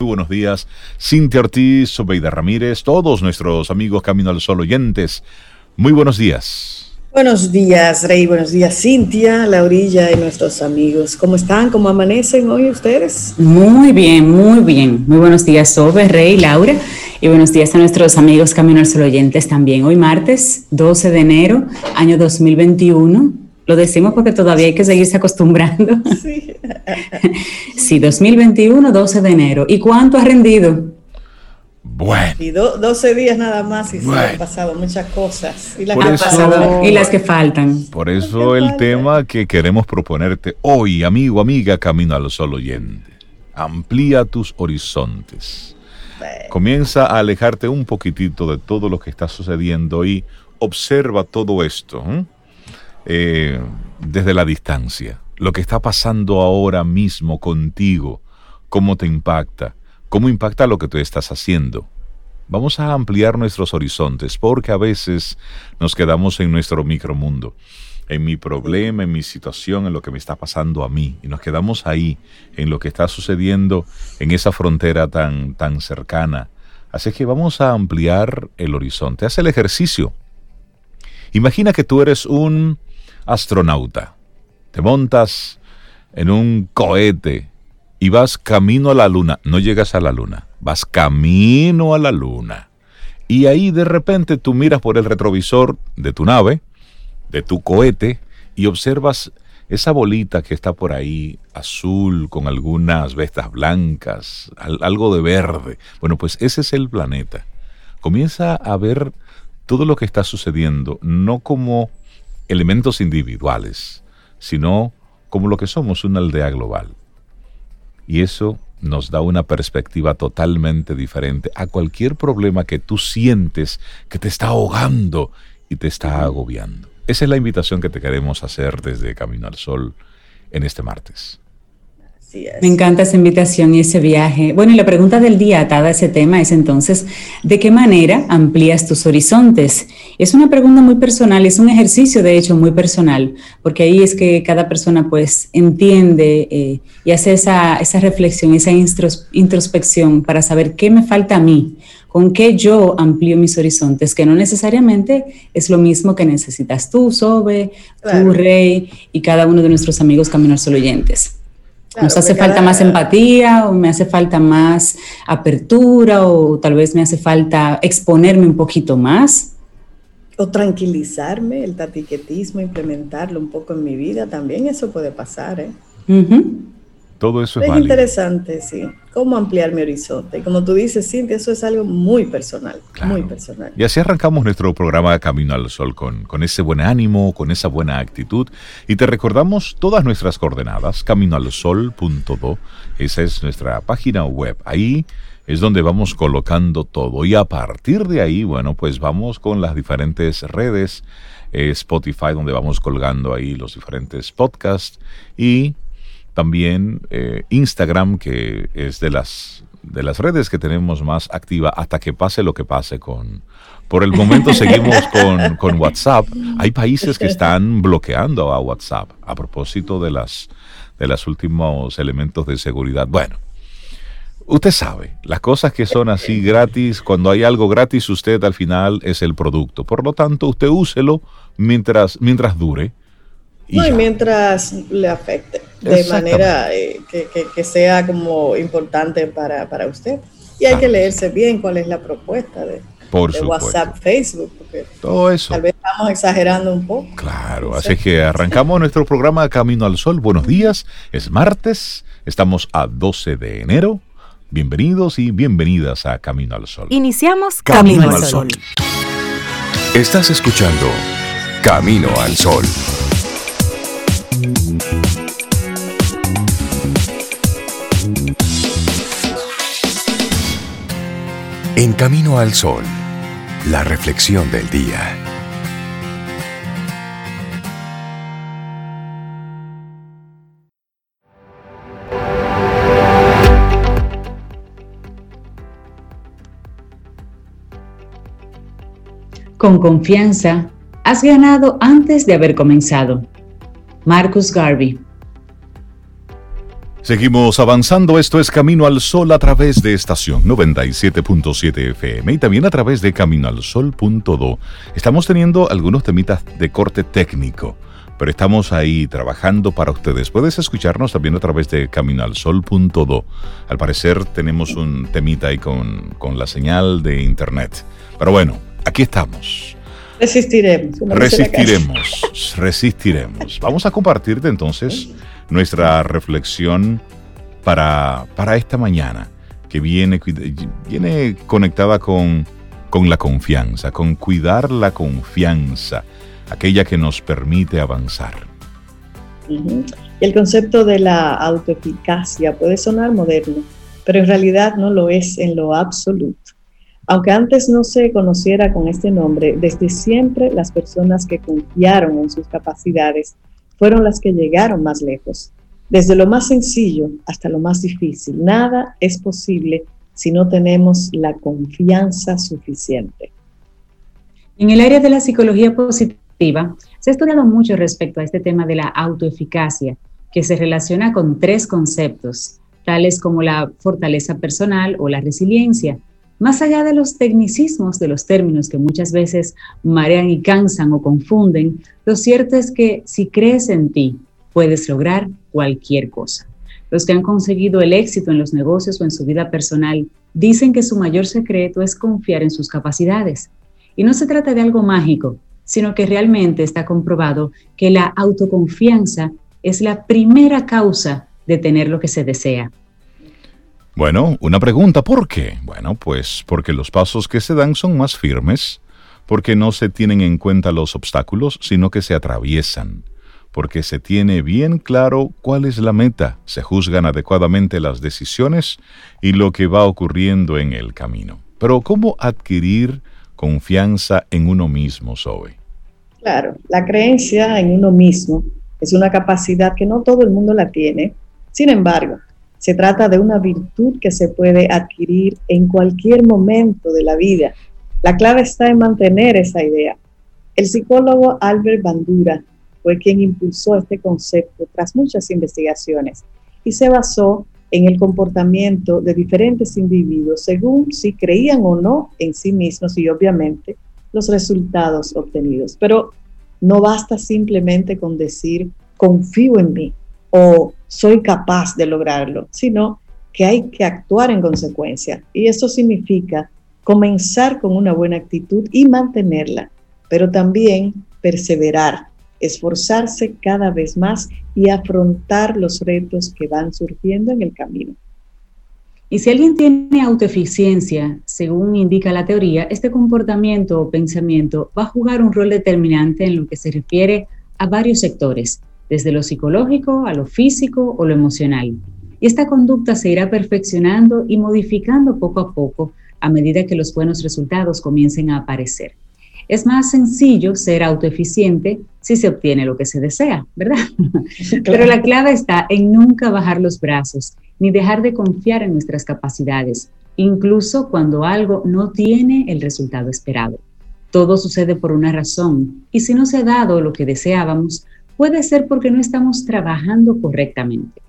buenos días. Cintia Ortiz, Sobeida Ramírez, todos nuestros amigos Camino al Sol oyentes. Muy buenos días. Buenos días, Rey. Buenos días, Cintia, Laurilla y nuestros amigos. ¿Cómo están? ¿Cómo amanecen hoy ustedes? Muy bien, muy bien. Muy buenos días, Sobe, Rey, Laura. Y buenos días a nuestros amigos Camino al Sol oyentes también. Hoy martes 12 de enero, año 2021. Lo decimos porque todavía hay que seguirse acostumbrando. Sí. Sí, 2021, 12 de enero. ¿Y cuánto ha rendido? Bueno. Y 12 días nada más y se han pasado muchas cosas. Y las que faltan. Por eso el tema que queremos proponerte hoy, amigo, amiga, Camino al Sol oyente. Amplía tus horizontes. Comienza a alejarte un poquitito de todo lo que está sucediendo y observa todo esto desde la distancia. Lo que está pasando ahora mismo contigo, cómo te impacta. ¿Cómo impacta lo que tú estás haciendo? Vamos a ampliar nuestros horizontes porque a veces nos quedamos en nuestro micromundo, en mi problema, en mi situación, en lo que me está pasando a mí. Y nos quedamos ahí, en lo que está sucediendo en esa frontera tan cercana. Así que vamos a ampliar el horizonte. Haz el ejercicio. Imagina que tú eres un astronauta. Te montas en un cohete y vas camino a la luna. No llegas a la luna, vas camino a la luna. Y ahí de repente tú miras por el retrovisor de tu nave, de tu cohete, y observas esa bolita que está por ahí, azul, con algunas vetas blancas, algo de verde. Bueno, pues ese es el planeta. Comienza a ver todo lo que está sucediendo, no como elementos individuales, sino como lo que somos, una aldea global. Y eso nos da una perspectiva totalmente diferente a cualquier problema que tú sientes que te está ahogando y te está agobiando. Esa es la invitación que te queremos hacer desde Camino al Sol en este martes. Así es. Me encanta esa invitación y ese viaje. Bueno, y la pregunta del día atada a ese tema es entonces, ¿de qué manera amplías tus horizontes? Es una pregunta muy personal, es un ejercicio de hecho muy personal, porque ahí es que cada persona pues entiende y hace esa reflexión, esa introspección para saber qué me falta a mí, con qué yo amplío mis horizontes, que no necesariamente es lo mismo que necesitas tú, Sobe, claro. Tú, Rey, y cada uno de nuestros amigos Camino al Sol oyentes. Claro, ¿Nos hace falta más empatía o me hace falta más apertura o tal vez me hace falta exponerme un poquito más? O tranquilizarme, el tatiquetismo, implementarlo un poco en mi vida, también eso puede pasar, ¿eh? Uh-huh. Todo eso es Es válido. interesante, sí. Cómo ampliar mi horizonte. Y como tú dices, Cintia, eso es algo muy personal, Claro. muy personal. Y así arrancamos nuestro programa Camino al Sol con ese buen ánimo, con esa buena actitud. Y te recordamos todas nuestras coordenadas, caminoalsol.do. Esa es nuestra página web. Ahí es donde vamos colocando todo. Y a partir de ahí, bueno, pues vamos con las diferentes redes, Spotify, donde vamos colgando ahí los diferentes podcasts, y también Instagram, que es de las redes que tenemos más activa hasta que pase lo que pase por el momento seguimos con WhatsApp. Hay países que están bloqueando a WhatsApp a propósito de los últimos elementos de seguridad. Bueno, usted sabe, las cosas que son así gratis, cuando hay algo gratis, usted al final es el producto. Por lo tanto, usted úselo mientras dure. No, y mientras le afecte, de manera que sea como importante para usted. Y hay que leerse bien cuál es la propuesta de WhatsApp, Facebook, porque todo eso tal vez estamos exagerando un poco. Claro, así que arrancamos nuestro programa Camino al Sol. Buenos días, es martes, estamos a 12 de enero. Bienvenidos y bienvenidas a Camino al Sol. Iniciamos Camino al Sol. Estás escuchando Camino al Sol. En Camino al Sol, la reflexión del día. Con confianza, has ganado antes de haber comenzado. Marcus Garvey. Seguimos avanzando, esto es Camino al Sol a través de estación 97.7 FM y también a través de caminoalsol.do. Estamos teniendo algunos temitas de corte técnico, pero estamos ahí trabajando para ustedes. Puedes escucharnos también a través de caminoalsol.do. Al parecer tenemos un temita ahí con la señal de internet. Pero bueno, aquí estamos. Resistiremos. Vamos a compartirte entonces nuestra reflexión para esta mañana, que viene conectada con la confianza, con cuidar la confianza, aquella que nos permite avanzar. Uh-huh. El concepto de la autoeficacia puede sonar moderno, pero en realidad no lo es en lo absoluto. Aunque antes no se conociera con este nombre, desde siempre las personas que confiaron en sus capacidades fueron las que llegaron más lejos. Desde lo más sencillo hasta lo más difícil, nada es posible si no tenemos la confianza suficiente. En el área de la psicología positiva, se ha estudiado mucho respecto a este tema de la autoeficacia, que se relaciona con 3 conceptos, tales como la fortaleza personal o la resiliencia. Más allá de los tecnicismos de los términos que muchas veces marean y cansan o confunden, lo cierto es que si crees en ti, puedes lograr cualquier cosa. Los que han conseguido el éxito en los negocios o en su vida personal dicen que su mayor secreto es confiar en sus capacidades. Y no se trata de algo mágico, sino que realmente está comprobado que la autoconfianza es la primera causa de tener lo que se desea. Bueno, una pregunta, ¿por qué? Bueno, pues porque los pasos que se dan son más firmes, porque no se tienen en cuenta los obstáculos, sino que se atraviesan, porque se tiene bien claro cuál es la meta, se juzgan adecuadamente las decisiones y lo que va ocurriendo en el camino. Pero ¿cómo adquirir confianza en uno mismo, Zoe? Claro, la creencia en uno mismo es una capacidad que no todo el mundo la tiene. Sin embargo, se trata de una virtud que se puede adquirir en cualquier momento de la vida. La clave está en mantener esa idea. El psicólogo Albert Bandura fue quien impulsó este concepto tras muchas investigaciones y se basó en el comportamiento de diferentes individuos según si creían o no en sí mismos y obviamente los resultados obtenidos. Pero no basta simplemente con decir confío en mí o soy capaz de lograrlo, sino que hay que actuar en consecuencia. Y eso significa comenzar con una buena actitud y mantenerla, pero también perseverar, esforzarse cada vez más y afrontar los retos que van surgiendo en el camino. Y si alguien tiene autoeficiencia, según indica la teoría, este comportamiento o pensamiento va a jugar un rol determinante en lo que se refiere a varios sectores, desde lo psicológico a lo físico o lo emocional. Y esta conducta se irá perfeccionando y modificando poco a poco a medida que los buenos resultados comiencen a aparecer. Es más sencillo ser autoeficiente si se obtiene lo que se desea, ¿verdad? Claro. Pero la clave está en nunca bajar los brazos, ni dejar de confiar en nuestras capacidades, incluso cuando algo no tiene el resultado esperado. Todo sucede por una razón, y si no se ha dado lo que deseábamos, puede ser porque no estamos trabajando correctamente.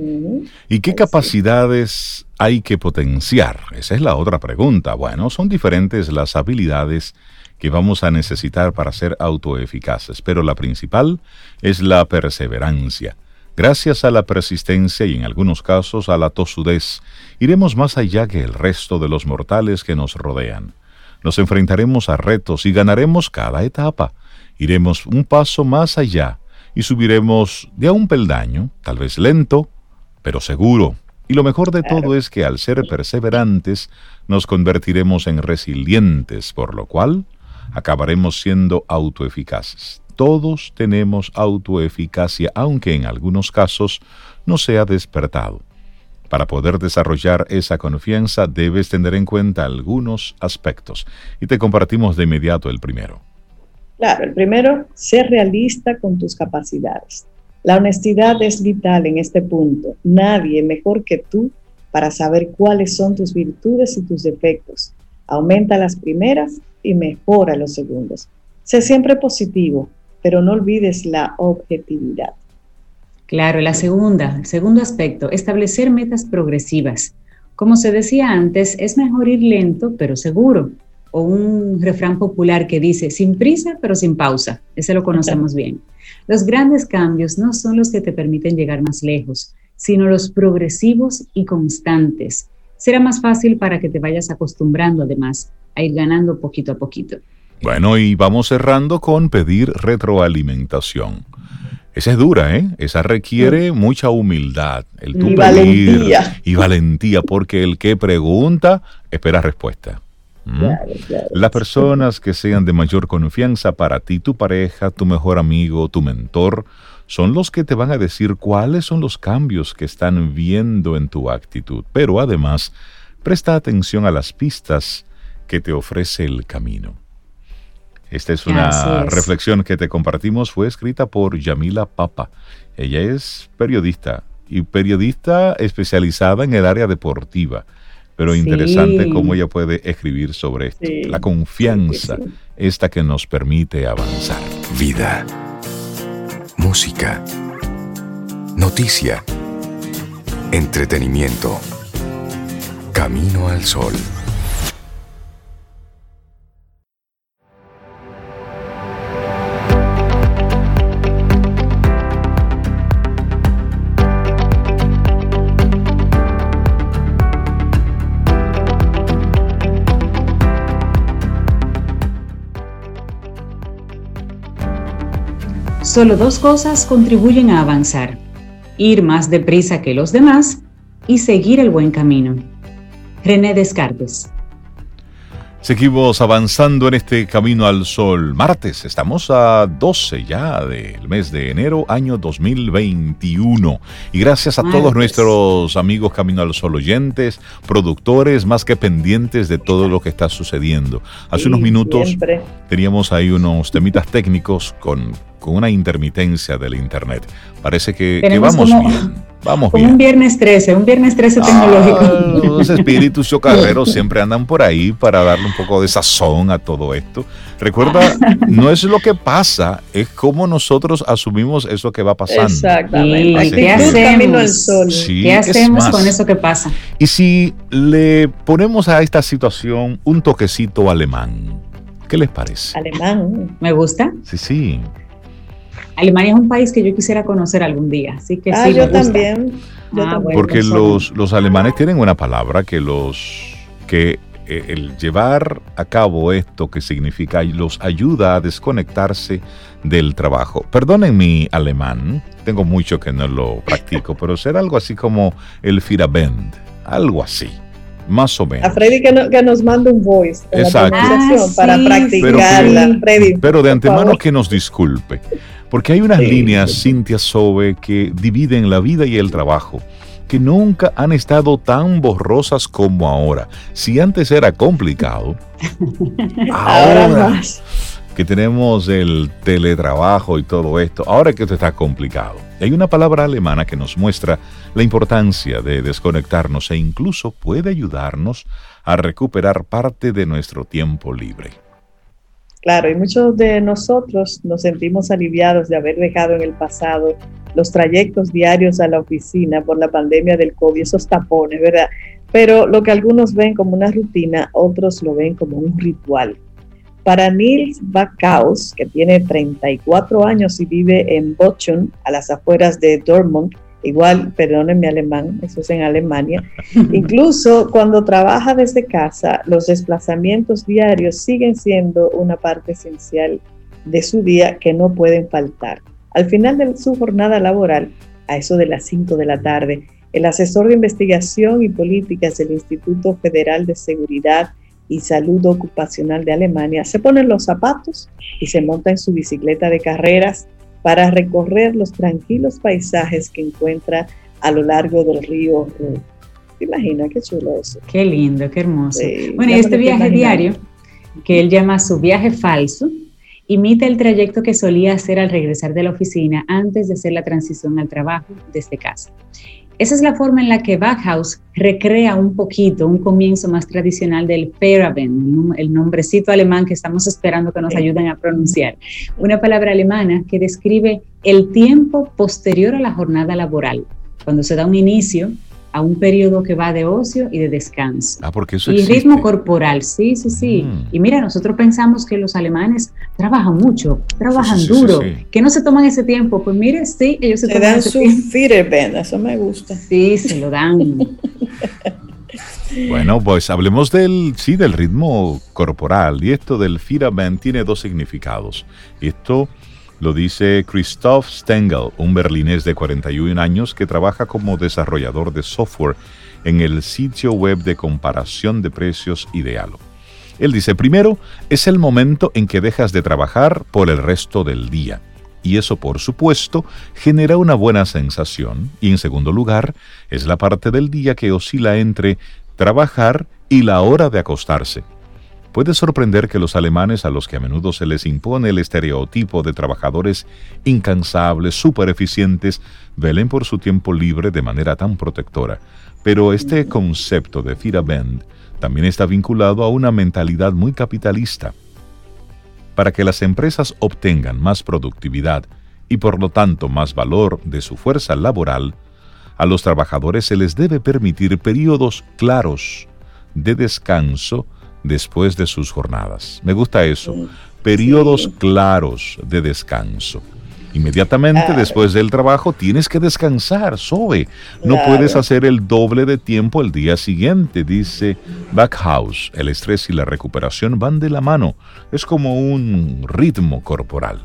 ¿Y qué capacidades hay que potenciar? Esa es la otra pregunta. Bueno, son diferentes las habilidades que vamos a necesitar para ser autoeficaces, pero la principal es la perseverancia. Gracias a la persistencia y en algunos casos a la tosudez, iremos más allá que el resto de los mortales que nos rodean. Nos enfrentaremos a retos y ganaremos cada etapa. Iremos un paso más allá y subiremos de a un peldaño, tal vez lento, pero seguro. Y lo mejor de todo es que al ser perseverantes nos convertiremos en resilientes, por lo cual acabaremos siendo autoeficaces. Todos tenemos autoeficacia, aunque en algunos casos no se ha despertado. Para poder desarrollar esa confianza debes tener en cuenta algunos aspectos y te compartimos de inmediato el primero. Claro, el primero, ser realista con tus capacidades. La honestidad es vital en este punto. Nadie mejor que tú para saber cuáles son tus virtudes y tus defectos. Aumenta las primeras y mejora los segundos. Sé siempre positivo, pero no olvides la objetividad. Claro, el segundo aspecto, establecer metas progresivas. Como se decía antes, es mejor ir lento pero seguro. O un refrán popular que dice, sin prisa pero sin pausa. Ese lo conocemos bien. Los grandes cambios no son los que te permiten llegar más lejos, sino los progresivos y constantes. Será más fácil para que te vayas acostumbrando, además, a ir ganando poquito a poquito. Bueno, y vamos cerrando con pedir retroalimentación. Esa es dura, ¿eh? Esa requiere mucha humildad. El tú pedir valentía. Y valentía, porque el que pregunta espera respuesta. Claro. Las personas que sean de mayor confianza para ti, tu pareja, tu mejor amigo, tu mentor, son los que te van a decir cuáles son los cambios que están viendo en tu actitud. Pero además, presta atención a las pistas que te ofrece el camino. Esta es una reflexión que te compartimos, fue escrita por Yamila Papa. Ella es periodista y periodista especializada en el área deportiva. Pero interesante cómo ella puede escribir sobre esto. La confianza, esta que nos permite avanzar. Vida, música, noticia, entretenimiento. Camino al Sol. Solo dos cosas contribuyen a avanzar: ir más deprisa que los demás y seguir el buen camino. René Descartes. Seguimos avanzando en este Camino al Sol. Martes, estamos a 12 ya del mes de enero, año 2021. Y gracias a todos nuestros amigos Camino al Sol oyentes, productores, más que pendientes de todo lo que está sucediendo. Hace unos minutos teníamos ahí unos temitas técnicos con una intermitencia del internet. Parece que vamos bien. Vamos bien. Un viernes 13 tecnológico. Los espíritus chocarreros siempre andan por ahí para darle un poco de sazón a todo esto. Recuerda, no es lo que pasa, es cómo nosotros asumimos eso que va pasando. Exactamente. ¿Qué hacemos? ¿Qué hacemos con eso que pasa? Y si le ponemos a esta situación un toquecito alemán, ¿qué les parece? Alemán. ¿Me gusta? Sí. Alemania es un país que yo quisiera conocer algún día, así que sí, yo también. Porque los alemanes tienen una palabra que el llevar a cabo esto que significa los ayuda a desconectarse del trabajo. Perdonen mi alemán, tengo mucho que no lo practico, pero será algo así como el Feierabend, algo así. Más o menos. A Freddy que nos mande un voice para practicarla. Pero de antemano que nos disculpe, porque hay unas líneas, Cintia Sobe, que dividen la vida y el trabajo, que nunca han estado tan borrosas como ahora. Si antes era complicado, ahora más. Que tenemos el teletrabajo y todo esto, ahora que esto está complicado. Hay una palabra alemana que nos muestra la importancia de desconectarnos e incluso puede ayudarnos a recuperar parte de nuestro tiempo libre. Claro, y muchos de nosotros nos sentimos aliviados de haber dejado en el pasado los trayectos diarios a la oficina por la pandemia del COVID, esos tapones, ¿verdad? Pero lo que algunos ven como una rutina, otros lo ven como un ritual. Para Nils Backhaus, que tiene 34 años y vive en Bochum, a las afueras de Dortmund, igual, perdonen mi alemán, eso es en Alemania, incluso cuando trabaja desde casa, los desplazamientos diarios siguen siendo una parte esencial de su día que no pueden faltar. Al final de su jornada laboral, a eso de las 5 de la tarde, el asesor de investigación y políticas del Instituto Federal de Seguridad y Salud Ocupacional de Alemania se pone los zapatos y se monta en su bicicleta de carreras para recorrer los tranquilos paisajes que encuentra a lo largo del río Ruhr. ¿Te imaginas? Qué chulo eso. Qué lindo, qué hermoso. Bueno, y este viaje diario, que él llama su viaje falso, imita el trayecto que solía hacer al regresar de la oficina antes de hacer la transición al trabajo desde casa. Esa es la forma en la que Backhaus recrea un poquito un comienzo más tradicional del Feierabend, el nombrecito alemán que estamos esperando que nos ayuden a pronunciar. Una palabra alemana que describe el tiempo posterior a la jornada laboral, cuando se da un inicio a un periodo que va de ocio y de descanso. Porque eso y existe. Ritmo corporal, sí. Y mira, nosotros pensamos que los alemanes trabajan mucho, trabajan duro, que no se toman ese tiempo. Pues mire, sí, ellos se toman dan ese su tiempo. Feierabend, eso me gusta. Sí, se lo dan. Bueno, pues hablemos del ritmo corporal. Y esto del Feierabend tiene dos significados. Esto lo dice Christoph Stengel, un berlinés de 41 años que trabaja como desarrollador de software en el sitio web de comparación de precios Idealo. Él dice, primero, es el momento en que dejas de trabajar por el resto del día. Y eso, por supuesto, genera una buena sensación. Y en segundo lugar, es la parte del día que oscila entre trabajar y la hora de acostarse. Puede sorprender que los alemanes, a los que a menudo se les impone el estereotipo de trabajadores incansables, súper eficientes, velen por su tiempo libre de manera tan protectora. Pero este concepto de Feierabend también está vinculado a una mentalidad muy capitalista. Para que las empresas obtengan más productividad y por lo tanto más valor de su fuerza laboral, a los trabajadores se les debe permitir periodos claros de descanso después de sus jornadas. Me gusta eso. Periodos claros de descanso. Inmediatamente después del trabajo tienes que descansar, Zoe. No puedes hacer el doble de tiempo el día siguiente, dice Backhaus. El estrés y la recuperación van de la mano. Es como un ritmo corporal.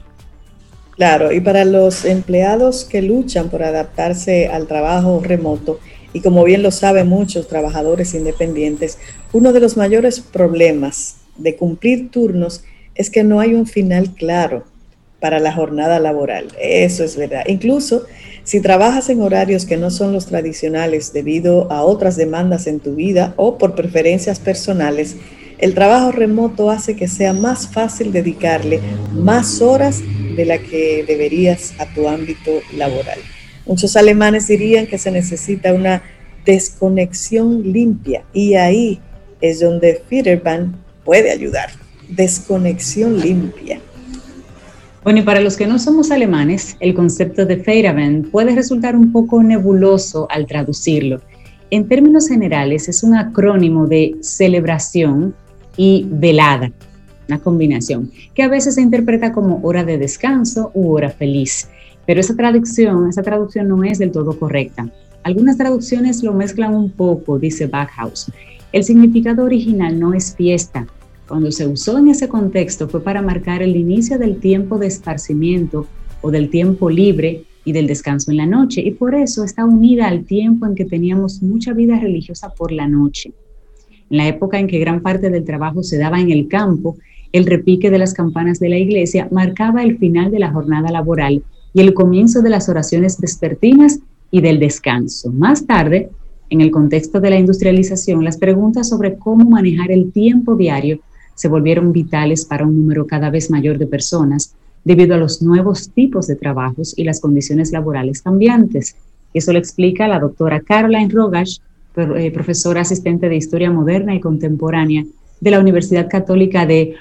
Claro, y para los empleados que luchan por adaptarse al trabajo remoto, y como bien lo saben muchos trabajadores independientes, uno de los mayores problemas de cumplir turnos es que no hay un final claro para la jornada laboral. Eso es verdad. Incluso si trabajas en horarios que no son los tradicionales debido a otras demandas en tu vida o por preferencias personales, el trabajo remoto hace que sea más fácil dedicarle más horas de la que deberías a tu ámbito laboral. Muchos alemanes dirían que se necesita una desconexión limpia y ahí es donde Feierabend puede ayudar. Desconexión limpia. Bueno, y para los que no somos alemanes, el concepto de Feierabend puede resultar un poco nebuloso al traducirlo. En términos generales, es un acrónimo de celebración y velada, una combinación, que a veces se interpreta como hora de descanso u hora feliz. Pero esa traducción no es del todo correcta. Algunas traducciones lo mezclan un poco, dice Backhaus. El significado original no es fiesta. Cuando se usó en ese contexto fue para marcar el inicio del tiempo de esparcimiento o del tiempo libre y del descanso en la noche, y por eso está unida al tiempo en que teníamos mucha vida religiosa por la noche. En la época en que gran parte del trabajo se daba en el campo, el repique de las campanas de la iglesia marcaba el final de la jornada laboral y el comienzo de las oraciones vespertinas y del descanso. Más tarde, en el contexto de la industrialización, las preguntas sobre cómo manejar el tiempo diario se volvieron vitales para un número cada vez mayor de personas debido a los nuevos tipos de trabajos y las condiciones laborales cambiantes. Eso lo explica la doctora Caroline Rogash, profesora asistente de Historia Moderna y Contemporánea de la Universidad Católica de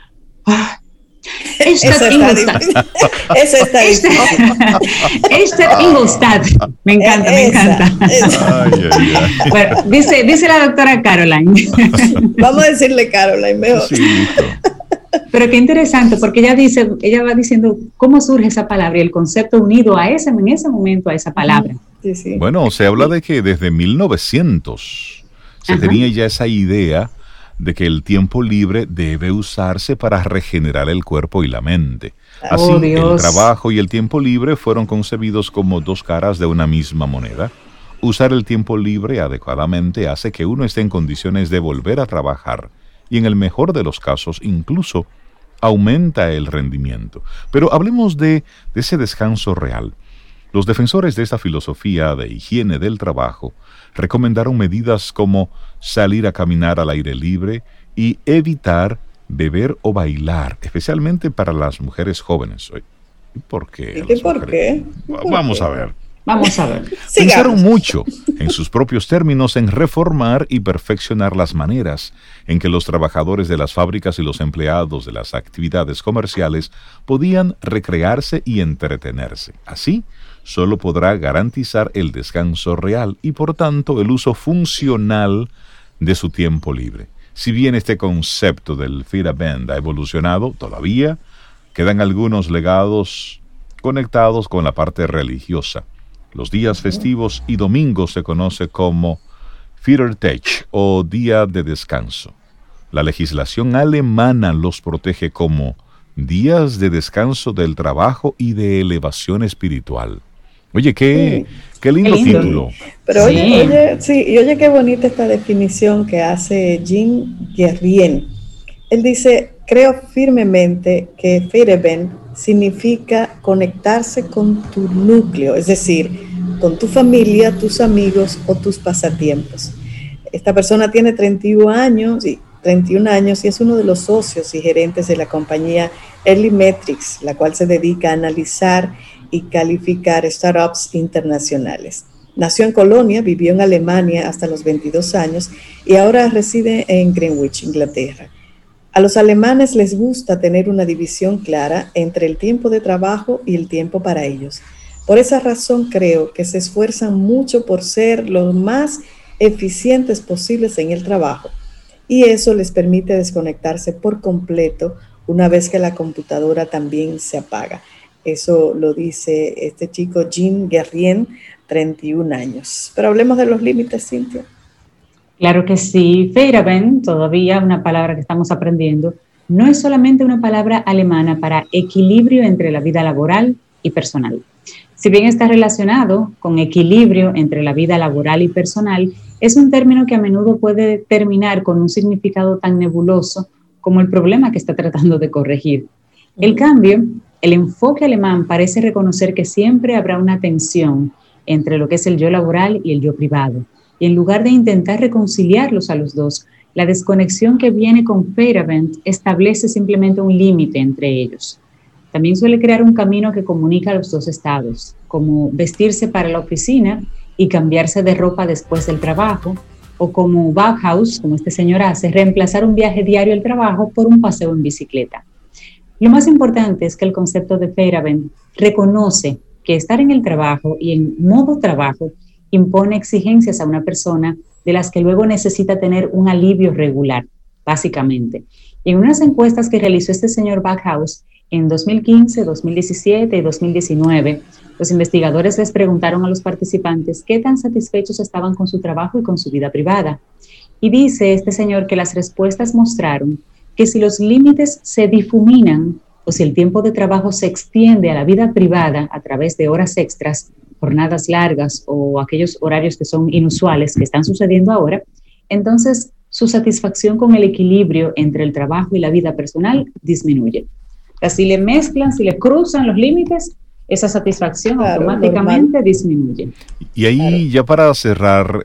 Ingolstadt. Ingolstadt. Me encanta. Bueno, dice la doctora Caroline. Vamos a decirle Caroline mejor. Sí, listo. Pero qué interesante, porque ella va diciendo cómo surge esa palabra y el concepto unido en ese momento a esa palabra. Sí. Bueno, se habla de que desde 1900 se tenía ya esa idea de que el tiempo libre debe usarse para regenerar el cuerpo y la mente. Así, el trabajo y el tiempo libre fueron concebidos como dos caras de una misma moneda. Usar el tiempo libre adecuadamente hace que uno esté en condiciones de volver a trabajar y en el mejor de los casos incluso aumenta el rendimiento. Pero hablemos de ese descanso real. Los defensores de esta filosofía de higiene del trabajo recomendaron medidas como salir a caminar al aire libre y evitar beber o bailar, especialmente para las mujeres jóvenes. ¿Por qué? ¿Por qué? Vamos a ver. Vamos a ver. Pensaron mucho, en sus propios términos, en reformar y perfeccionar las maneras en que los trabajadores de las fábricas y los empleados de las actividades comerciales podían recrearse y entretenerse. Así, solo podrá garantizar el descanso real y, por tanto, el uso funcional de su tiempo libre. Si bien este concepto del Feierabend ha evolucionado, todavía quedan algunos legados conectados con la parte religiosa. Los días festivos y domingos se conoce como Feiertag o día de descanso. La legislación alemana los protege como días de descanso del trabajo y de elevación espiritual. Oye, qué lindo título. Pero oye, qué bonita esta definición que hace Jean Guerrien. Él dice, creo firmemente que Feierabend significa conectarse con tu núcleo, es decir, con tu familia, tus amigos o tus pasatiempos. Esta persona tiene 31 años y es uno de los socios y gerentes de la compañía Early Metrics, la cual se dedica a analizar y calificar startups internacionales. Nació en Colonia, vivió en Alemania hasta los 22 años y ahora reside en Greenwich, Inglaterra. A los alemanes les gusta tener una división clara entre el tiempo de trabajo y el tiempo para ellos. Por esa razón creo que se esfuerzan mucho por ser los más eficientes posibles en el trabajo y eso les permite desconectarse por completo una vez que la computadora también se apaga. Eso lo dice este chico Jean Guerrien, 31 años. Pero hablemos de los límites, Cintia. Claro que sí. Feierabend, todavía una palabra que estamos aprendiendo, no es solamente una palabra alemana para equilibrio entre la vida laboral y personal. Si bien está relacionado con equilibrio entre la vida laboral y personal, es un término que a menudo puede terminar con un significado tan nebuloso como el problema que está tratando de corregir. El cambio, el enfoque alemán parece reconocer que siempre habrá una tensión entre lo que es el yo laboral y el yo privado. Y en lugar de intentar reconciliarlos a los dos, la desconexión que viene con Feierabend establece simplemente un límite entre ellos. También suele crear un camino que comunica los dos estados, como vestirse para la oficina y cambiarse de ropa después del trabajo, o como Bauhaus, como este señor hace, reemplazar un viaje diario al trabajo por un paseo en bicicleta. Lo más importante es que el concepto de Feierabend reconoce que estar en el trabajo y en modo trabajo impone exigencias a una persona de las que luego necesita tener un alivio regular, básicamente. Y en unas encuestas que realizó este señor Backhaus en 2015, 2017 y 2019, los investigadores les preguntaron a los participantes qué tan satisfechos estaban con su trabajo y con su vida privada. Y dice este señor que las respuestas mostraron que si los límites se difuminan o si el tiempo de trabajo se extiende a la vida privada a través de horas extras, jornadas largas o aquellos horarios que son inusuales que están sucediendo ahora, entonces su satisfacción con el equilibrio entre el trabajo y la vida personal disminuye. O sea, si le mezclan, si le cruzan los límites, esa satisfacción automáticamente disminuye. Y ahí ya para cerrar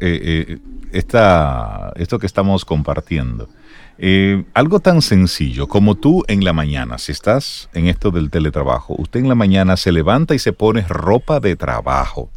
esto que estamos compartiendo, algo tan sencillo como tú en la mañana, si estás en esto del teletrabajo, usted en la mañana se levanta y se pone ropa de trabajo,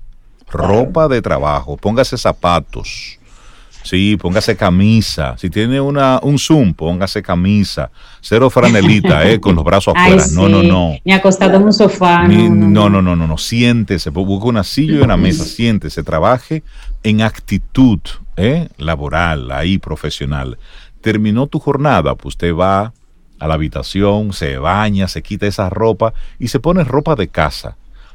póngase zapatos, sí, póngase camisa, si tiene un Zoom, póngase camisa, cero franelita, con los brazos afuera, sí. no. Ni acostado en un sofá. No, siéntese, busca una silla y una mesa, siéntese, trabaje en actitud, laboral, ahí profesional. Terminó tu jornada, pues usted va a la habitación, se baña, se quita esa ropa y se pone ropa de casa.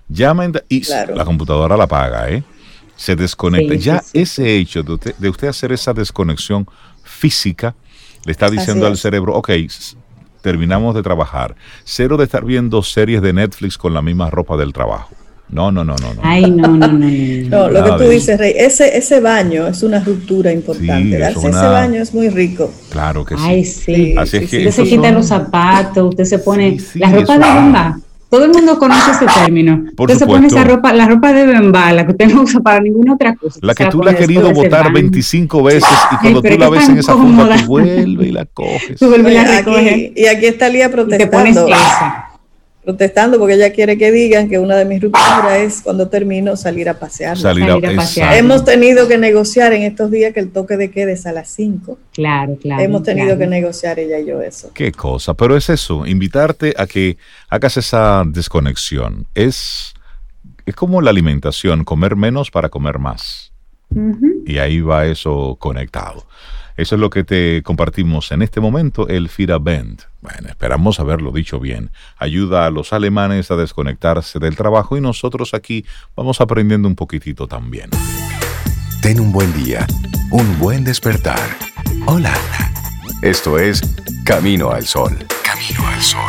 La computadora la apaga, se desconecta. Sí. Ese hecho de usted hacer esa desconexión física le está diciendo al cerebro, ok, terminamos de trabajar. Cero de estar viendo series de Netflix con la misma ropa del trabajo. No. Ay, no. No, lo que tú dices, Rey, ese baño es una ruptura importante. Sí, ese baño es muy rico. Claro que sí. Ay, sí. Así es que usted se quita los zapatos, usted se pone la ropa de Bemba. Todo el mundo conoce ese término. Usted se pone la ropa de Bemba, la que usted no usa para ninguna otra cosa. La que tú la has querido botar 25 veces y cuando tú la ves en esa funda, tú vuelves y la coges. Tú vuelves y la recoges. Y aquí está Lía protestando. Y te pones esa. protestando porque ella quiere que digan que una de mis rupturas es cuando termino salir a pasear. Salir a pasear. Hemos tenido que negociar en estos días que el toque de queda es a las 5. Claro. Hemos tenido que negociar ella y yo eso. Qué cosa, pero es eso, invitarte a que hagas esa desconexión. Es como la alimentación, comer menos para comer más. Uh-huh. Y ahí va eso conectado. Eso es lo que te compartimos en este momento, el Firabend. Bueno, esperamos haberlo dicho bien. Ayuda a los alemanes a desconectarse del trabajo y nosotros aquí vamos aprendiendo un poquitito también. Ten un buen día, un buen despertar. Hola. Esto es Camino al Sol. Camino al Sol.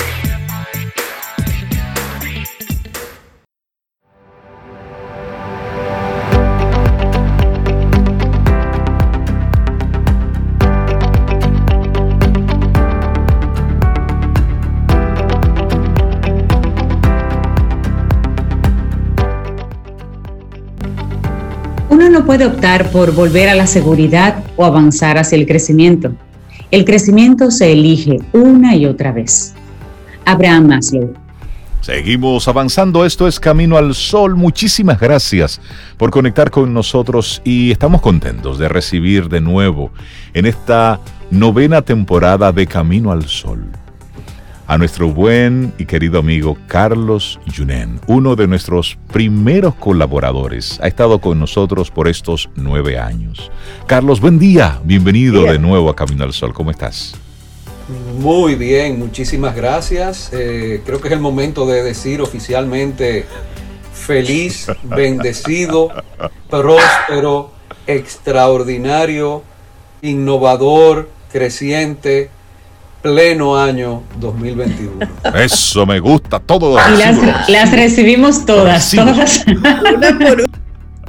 Uno no puede optar por volver a la seguridad o avanzar hacia el crecimiento. El crecimiento se elige una y otra vez. Abraham Maslow. Seguimos avanzando, esto es Camino al Sol. Muchísimas gracias por conectar con nosotros y estamos contentos de recibir de nuevo en esta 9ª temporada de Camino al Sol a nuestro buen y querido amigo Carlos Yunen, uno de nuestros primeros colaboradores. Ha estado con nosotros por estos 9 años. Carlos, buen día. Bienvenido de nuevo a Camino al Sol. ¿Cómo estás? Muy bien, muchísimas gracias. Creo que es el momento de decir oficialmente feliz, bendecido, próspero, extraordinario, innovador, creciente, pleno año 2021. Eso me gusta, todo. Y las recibimos todas. Una por una.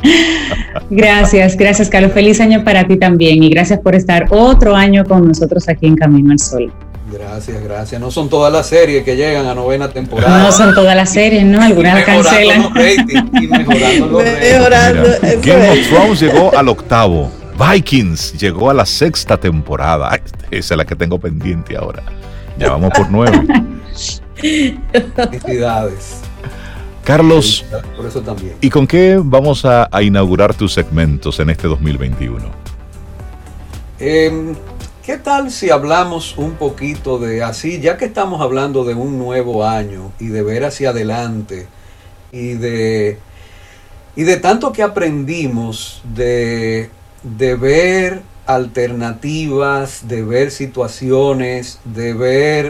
Gracias Carlos, feliz año para ti también y gracias por estar otro año con nosotros aquí en Camino al Sol. Gracias. No son todas las series que llegan a 9ª temporada. No son todas las series, ¿no? Algunas cancelan. Y mejorando los ratings. Game of Thrones llegó al 8º. Vikings llegó a la 6ª temporada. Ay, esa es la que tengo pendiente ahora. Ya vamos por 9. Felicidades. Carlos, por eso también. ¿Y con qué vamos a inaugurar tus segmentos en este 2021? ¿Qué tal si hablamos un poquito de así, ya que estamos hablando de un nuevo año y de ver hacia adelante y de tanto que aprendimos de ver alternativas, de ver situaciones, de ver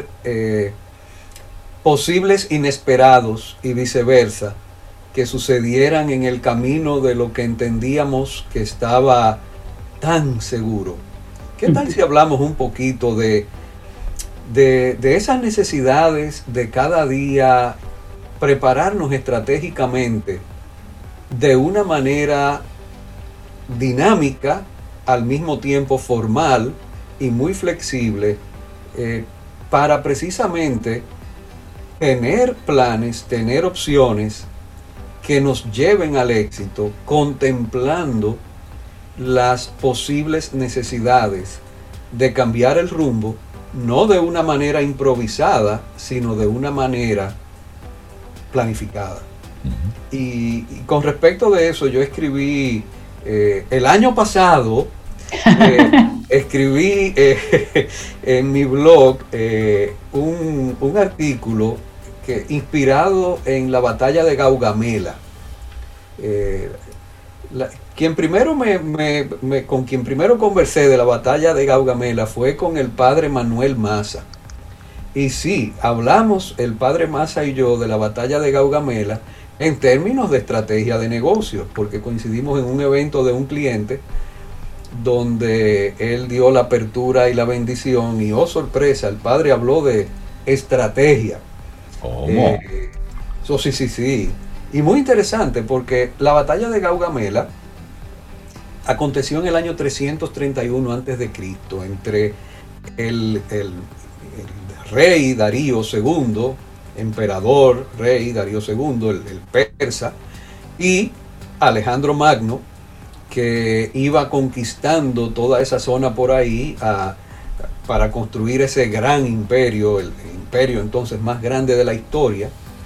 posibles inesperados y viceversa que sucedieran en el camino de lo que entendíamos que estaba tan seguro? ¿Qué tal si hablamos un poquito de esas necesidades de cada día prepararnos estratégicamente de una manera dinámica, al mismo tiempo formal y muy flexible, para precisamente tener planes, tener opciones que nos lleven al éxito, contemplando las posibles necesidades de cambiar el rumbo, no de una manera improvisada, sino de una manera planificada. Uh-huh. Y con respecto de eso, yo escribí el año pasado, escribí en mi blog un artículo inspirado en la batalla de Gaugamela. Con quien primero conversé de la batalla de Gaugamela fue con el padre Manuel Maza. Y sí, hablamos el padre Maza y yo de la batalla de Gaugamela en términos de estrategia de negocios, porque coincidimos en un evento de un cliente donde él dio la apertura y la bendición y, oh sorpresa, el padre habló de estrategia. ¿Cómo? Sí. Y muy interesante porque la batalla de Gaugamela aconteció en el año 331 a.C. entre el rey Darío II, emperador, rey Darío II, el persa, y Alejandro Magno, que iba conquistando toda esa zona por ahí para construir ese gran imperio, el imperio entonces más grande de la historia,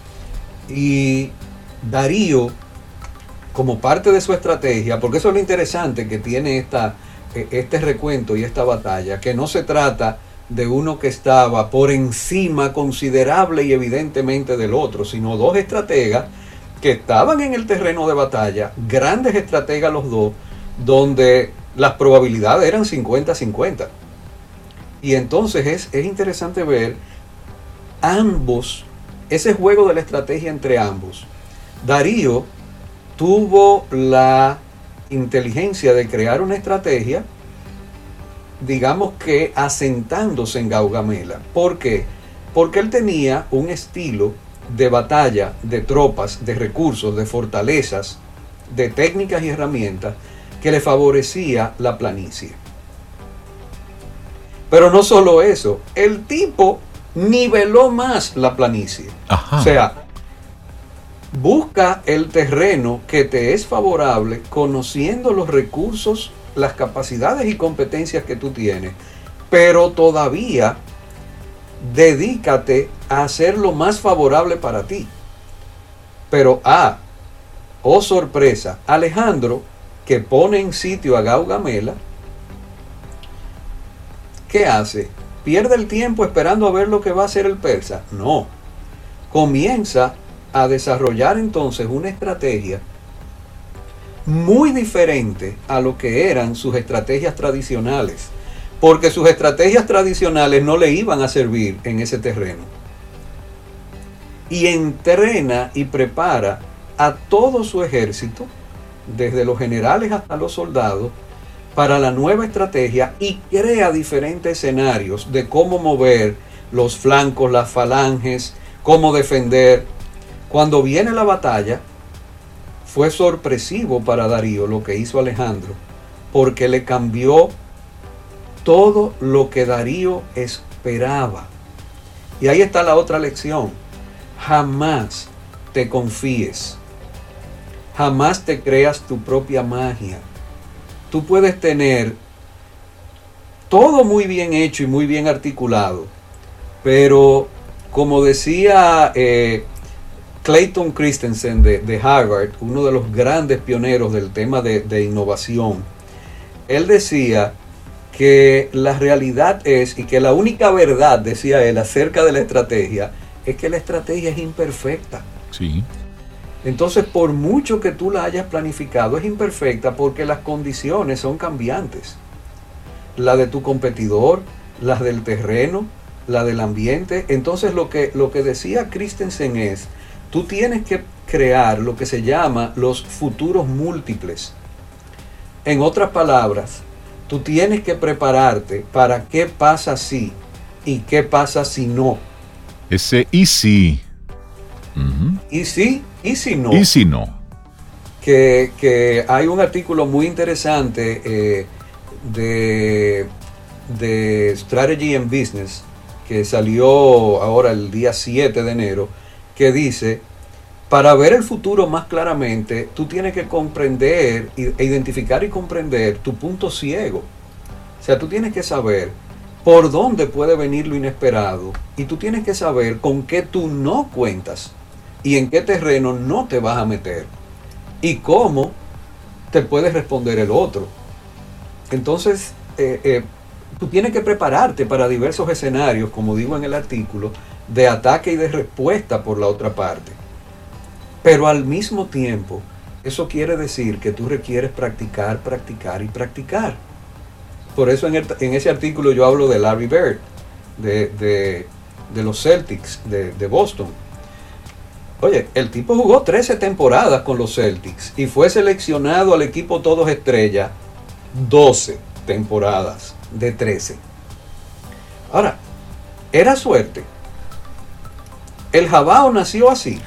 Y Darío, como parte de su estrategia, porque eso es lo interesante que tiene este recuento y esta batalla, que no se trata de uno que estaba por encima considerable y evidentemente del otro, sino dos estrategas que estaban en el terreno de batalla, grandes estrategas los dos, donde las probabilidades eran 50-50. Y entonces es interesante ver ambos, ese juego de la estrategia entre ambos. Darío tuvo la inteligencia de crear una estrategia, digamos que asentándose en Gaugamela. ¿Por qué? Porque él tenía un estilo de batalla, de tropas, de recursos, de fortalezas, de técnicas y herramientas que le favorecía la planicie. Pero no solo eso, el tipo niveló más la planicie. Ajá. O sea, busca el terreno que te es favorable conociendo los recursos, las capacidades y competencias que tú tienes, pero todavía dedícate a hacer lo más favorable para ti. Pero oh sorpresa, Alejandro, que pone en sitio a Gaugamela, ¿qué hace? ¿Pierde el tiempo esperando a ver lo que va a hacer el persa? No. Comienza a desarrollar entonces una estrategia muy diferente a lo que eran sus estrategias tradicionales, porque sus estrategias tradicionales no le iban a servir en ese terreno. Y entrena y prepara a todo su ejército, desde los generales hasta los soldados, para la nueva estrategia, y crea diferentes escenarios de cómo mover los flancos, las falanges, cómo defender. Cuando viene la batalla, fue sorpresivo para Darío lo que hizo Alejandro, porque le cambió todo lo que Darío esperaba. Y ahí está la otra lección: jamás te confíes, jamás te creas tu propia magia. Tú puedes tener todo muy bien hecho y muy bien articulado, pero como decía Clayton Christensen de Harvard, uno de los grandes pioneros del tema de innovación, él decía que la realidad es, y que la única verdad, decía él, acerca de la estrategia, es que la estrategia es imperfecta. Sí. Entonces, por mucho que tú la hayas planificado, es imperfecta porque las condiciones son cambiantes. La de tu competidor, las del terreno, la del ambiente. Entonces, lo que decía Christensen es, tú tienes que crear lo que se llama los futuros múltiples. En otras palabras, tú tienes que prepararte para qué pasa si y qué pasa si no. Ese y si. Uh-huh. Y si no. Y si no. Que hay un artículo muy interesante de Strategy and Business que salió ahora el día 7 de enero, que dice: para ver el futuro más claramente, tú tienes que comprender e identificar y comprender tu punto ciego. O sea, tú tienes que saber por dónde puede venir lo inesperado, y tú tienes que saber con qué tú no cuentas y en qué terreno no te vas a meter y cómo te puede responder el otro. Entonces, tú tienes que prepararte para diversos escenarios, como digo en el artículo, de ataque y de respuesta por la otra parte. Pero al mismo tiempo, eso quiere decir que tú requieres practicar, practicar y practicar. Por eso en ese artículo yo hablo de Larry Bird, de los Celtics de Boston. Oye, el tipo jugó 13 temporadas con los Celtics y fue seleccionado al equipo todos estrella 12 temporadas de 13. Ahora, era suerte. El Jabao nació así.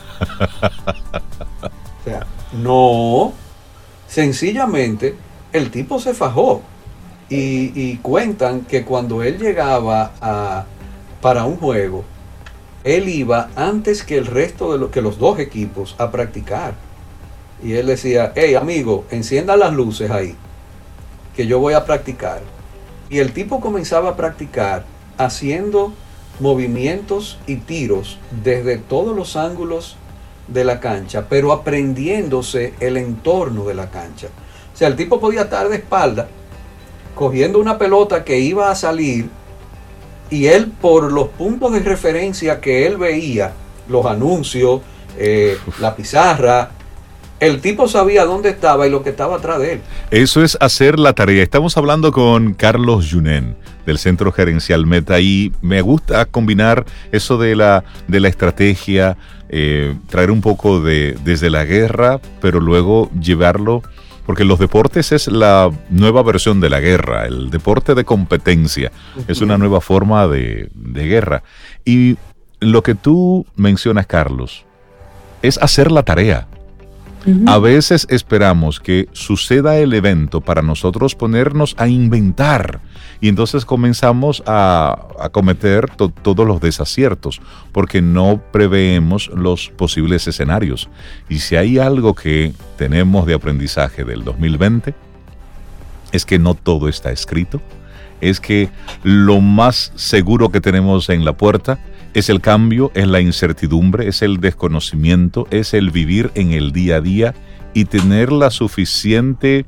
O sea, no, sencillamente el tipo se fajó. Y cuentan que cuando él llegaba para un juego, él iba antes que el resto de los dos equipos a practicar. Y él decía: hey amigo, encienda las luces ahí, que yo voy a practicar. Y el tipo comenzaba a practicar haciendo movimientos y tiros desde todos los ángulos de la cancha, pero aprendiéndose el entorno de la cancha. O sea, el tipo podía estar de espalda, cogiendo una pelota que iba a salir, y él, por los puntos de referencia que él veía, los anuncios, la pizarra, el tipo sabía dónde estaba y lo que estaba atrás de él. Eso es hacer la tarea. Estamos hablando con Carlos Junen, del Centro Gerencial Meta, y me gusta combinar eso de la estrategia, traer un poco desde la guerra, pero luego llevarlo, porque los deportes es la nueva versión de la guerra, el deporte de competencia, es una nueva forma de guerra. Y lo que tú mencionas, Carlos, es hacer la tarea. A veces esperamos que suceda el evento para nosotros ponernos a inventar, y entonces comenzamos a cometer todos los desaciertos porque no preveemos los posibles escenarios. Y si hay algo que tenemos de aprendizaje del 2020 es que no todo está escrito, es que lo más seguro que tenemos en la puerta es el cambio, es la incertidumbre, es el desconocimiento, es el vivir en el día a día y tener la suficiente,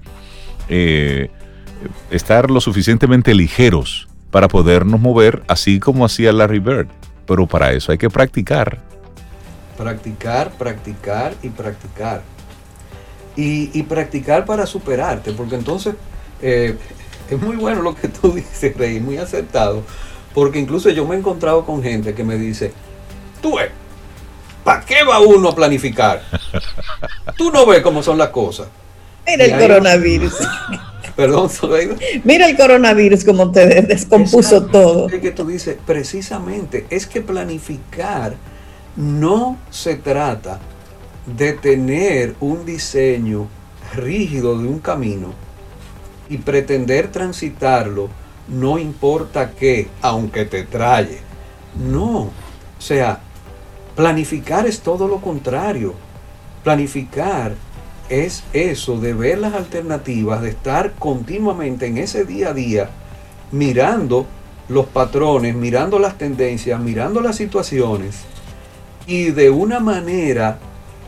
estar lo suficientemente ligeros para podernos mover, así como hacía Larry Bird. Pero para eso hay que practicar. Practicar, practicar y practicar. Y practicar para superarte, porque entonces es muy bueno lo que tú dices, Rey, muy acertado. Porque incluso yo me he encontrado con gente que me dice, tú ves, ¿para qué va uno a planificar? Tú no ves cómo son las cosas. Mira el coronavirus. Perdón, Sobeida. Mira el coronavirus como te descompuso todo. Es que tú dices, precisamente, es que planificar no se trata de tener un diseño rígido de un camino y pretender transitarlo no importa qué, aunque te traye. No, o sea, planificar es todo lo contrario. Planificar es eso de ver las alternativas, de estar continuamente en ese día a día, mirando los patrones, mirando las tendencias, mirando las situaciones, y de una manera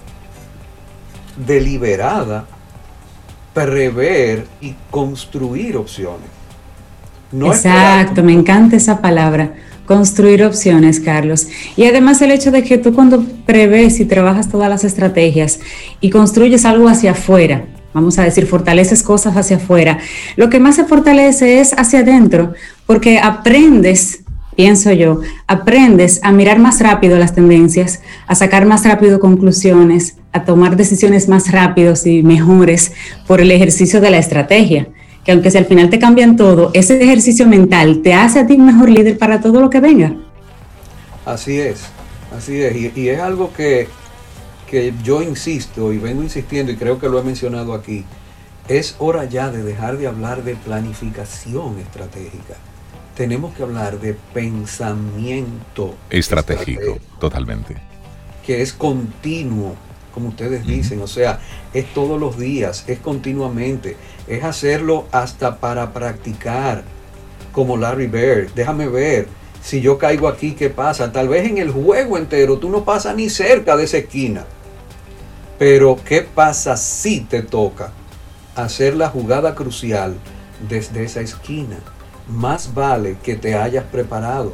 deliberada prever y construir opciones. No exacto, me encanta esa palabra, construir opciones, Carlos. Y además el hecho de que tú cuando prevés y trabajas todas las estrategias y construyes algo hacia afuera, vamos a decir, fortaleces cosas hacia afuera, lo que más se fortalece es hacia adentro, porque aprendes, pienso yo, aprendes a mirar más rápido las tendencias, a sacar más rápido conclusiones, a tomar decisiones más rápidos y mejores por el ejercicio de la estrategia. Que aunque si al final te cambian todo, ese ejercicio mental te hace a ti un mejor líder para todo lo que venga. Así es. Y es algo que yo insisto y vengo insistiendo y creo que lo he mencionado aquí. Es hora ya de dejar de hablar de planificación estratégica. Tenemos que hablar de pensamiento estratégico. Totalmente. Que es continuo, como ustedes dicen, o sea, es todos los días, es continuamente. Es hacerlo hasta para practicar, como Larry Bird. Déjame ver, si yo caigo aquí, ¿qué pasa? Tal vez en el juego entero tú no pasas ni cerca de esa esquina. Pero ¿qué pasa si te toca hacer la jugada crucial desde esa esquina? Más vale que te hayas preparado.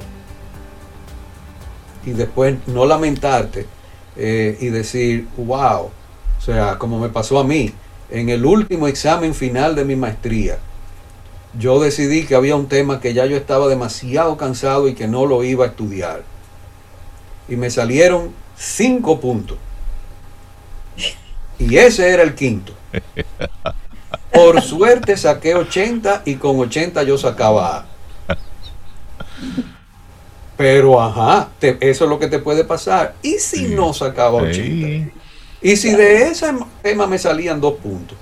Y después no lamentarte y decir, wow, o sea, como me pasó a mí. En el último examen final de mi maestría, yo decidí que había un tema que ya yo estaba demasiado cansado y que no lo iba a estudiar. Y me salieron 5 puntos. Y ese era el quinto. Por suerte saqué 80 y con 80 yo sacaba A. Pero eso es lo que te puede pasar. ¿Y si no sacaba 80? Y si de ese tema me salían 2 puntos.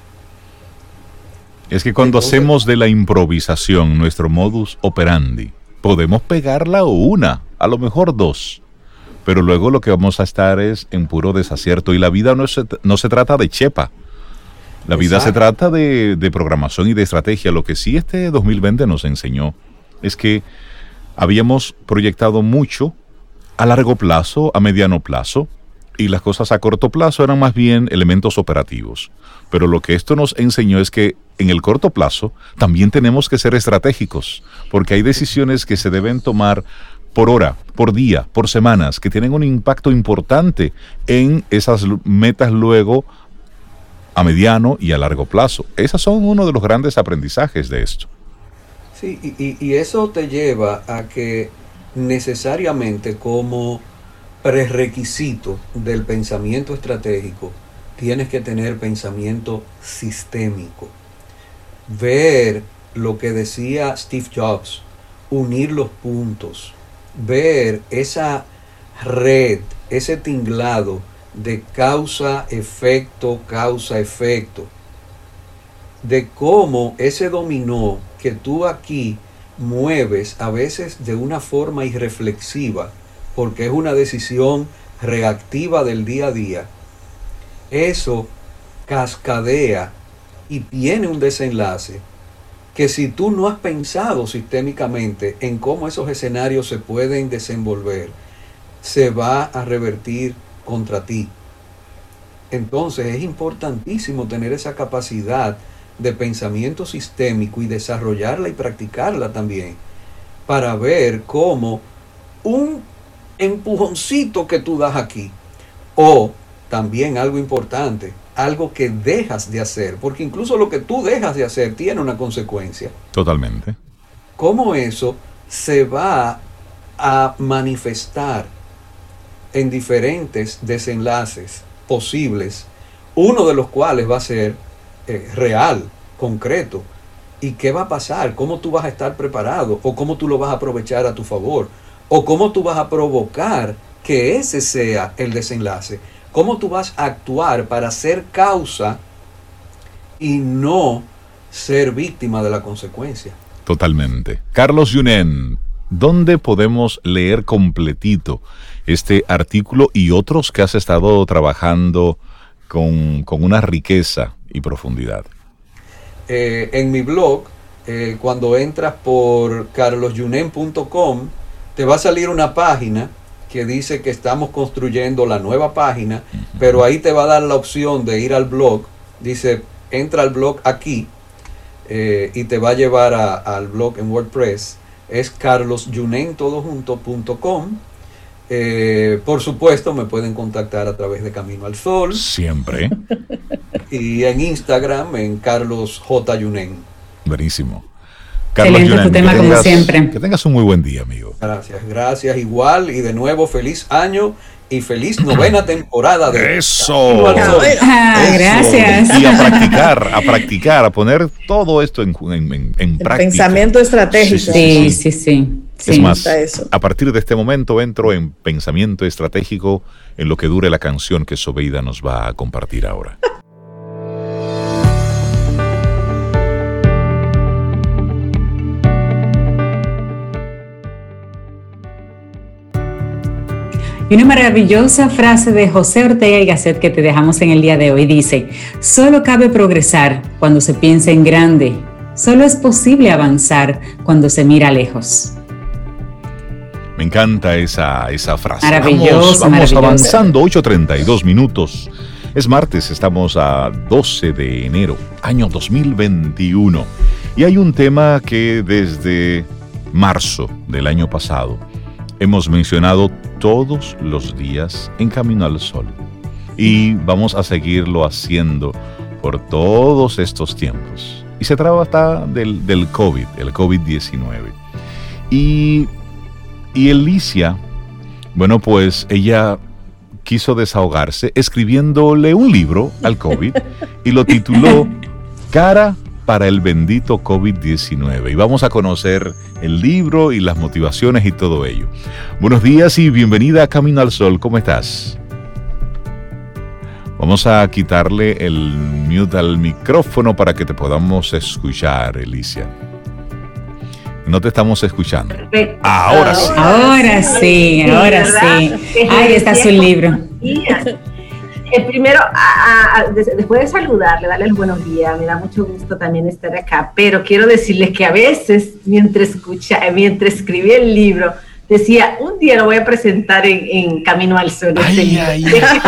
Es que cuando hacemos de la improvisación nuestro modus operandi, podemos pegarla una, a lo mejor 2. Pero luego lo que vamos a estar es en puro desacierto. Y la vida no se trata de chepa. La vida se trata de programación y de estrategia. Lo que sí este 2020 nos enseñó es que habíamos proyectado mucho a largo plazo, a mediano plazo, y las cosas a corto plazo eran más bien elementos operativos. Pero lo que esto nos enseñó es que en el corto plazo también tenemos que ser estratégicos, porque hay decisiones que se deben tomar por hora, por día, por semanas, que tienen un impacto importante en esas metas luego a mediano y a largo plazo. Esos son uno de los grandes aprendizajes de esto. Sí, y eso te lleva a que necesariamente como prerequisito del pensamiento estratégico tienes que tener pensamiento sistémico. Ver lo que decía Steve Jobs, unir los puntos, ver esa red, ese tinglado de causa-efecto, de cómo ese dominó que tú aquí mueves a veces de una forma irreflexiva, porque es una decisión reactiva del día a día, eso cascadea y tiene un desenlace que si tú no has pensado sistémicamente en cómo esos escenarios se pueden desenvolver, se va a revertir contra ti. Entonces es importantísimo tener esa capacidad de pensamiento sistémico y desarrollarla y practicarla también, para ver cómo un empujoncito que tú das aquí, o también algo importante, algo que dejas de hacer, porque incluso lo que tú dejas de hacer tiene una consecuencia. Totalmente. Cómo eso se va a manifestar en diferentes desenlaces posibles, uno de los cuales va a ser real, concreto. ¿Y qué va a pasar? ¿Cómo tú vas a estar preparado? ¿O cómo tú lo vas a aprovechar a tu favor? ¿O cómo tú vas a provocar que ese sea el desenlace? ¿Cómo tú vas a actuar para ser causa y no ser víctima de la consecuencia? Totalmente. Carlos Yunen, ¿dónde podemos leer completito este artículo y otros que has estado trabajando con una riqueza y profundidad? En mi blog, cuando entras por carlosyunen.com, te va a salir una página que dice que estamos construyendo la nueva página, pero ahí te va a dar la opción de ir al blog. Dice, entra al blog aquí, y te va a llevar al blog en WordPress. Es carlosyunen.com. Por supuesto, me pueden contactar a través de Camino al Sol. Siempre. Y en Instagram, en Carlos J. Yunen. Buenísimo. Carlos Excelente tu tema, como siempre. Que tengas un muy buen día, amigo. Gracias, igual. Y de nuevo, feliz año y feliz novena temporada de ¡Eso! Gracias. Y a practicar, a poner todo esto en práctica. Pensamiento estratégico. Sí. Es más, a partir de este momento entro en pensamiento estratégico en lo que dure la canción que Sobeida nos va a compartir ahora. Y una maravillosa frase de José Ortega y Gasset que te dejamos en el día de hoy dice: solo cabe progresar cuando se piensa en grande, solo es posible avanzar cuando se mira lejos. Me encanta esa frase. Maravilloso, vamos avanzando, 8:32 minutos. Es martes, estamos a 12 de enero, año 2021. Y hay un tema que desde marzo del año pasado hemos mencionado todos los días en Camino al Sol. Y vamos a seguirlo haciendo por todos estos tiempos. Y se trata del COVID, el COVID-19. Y Alicia, bueno, pues ella quiso desahogarse escribiéndole un libro al COVID y lo tituló Cara para el bendito COVID-19. Y vamos a conocer el libro y las motivaciones y todo ello. Buenos días y bienvenida a Camino al Sol. ¿Cómo estás? Vamos a quitarle el mute al micrófono para que te podamos escuchar, Alicia. No te estamos escuchando. Perfecto. Ahora sí. Ahora sí. Ahí está su libro. Primero, después de saludarle, darle los buenos días, me da mucho gusto también estar acá, pero quiero decirles que a veces, mientras escribí el libro, decía, un día lo voy a presentar en Camino al Sol. Ay,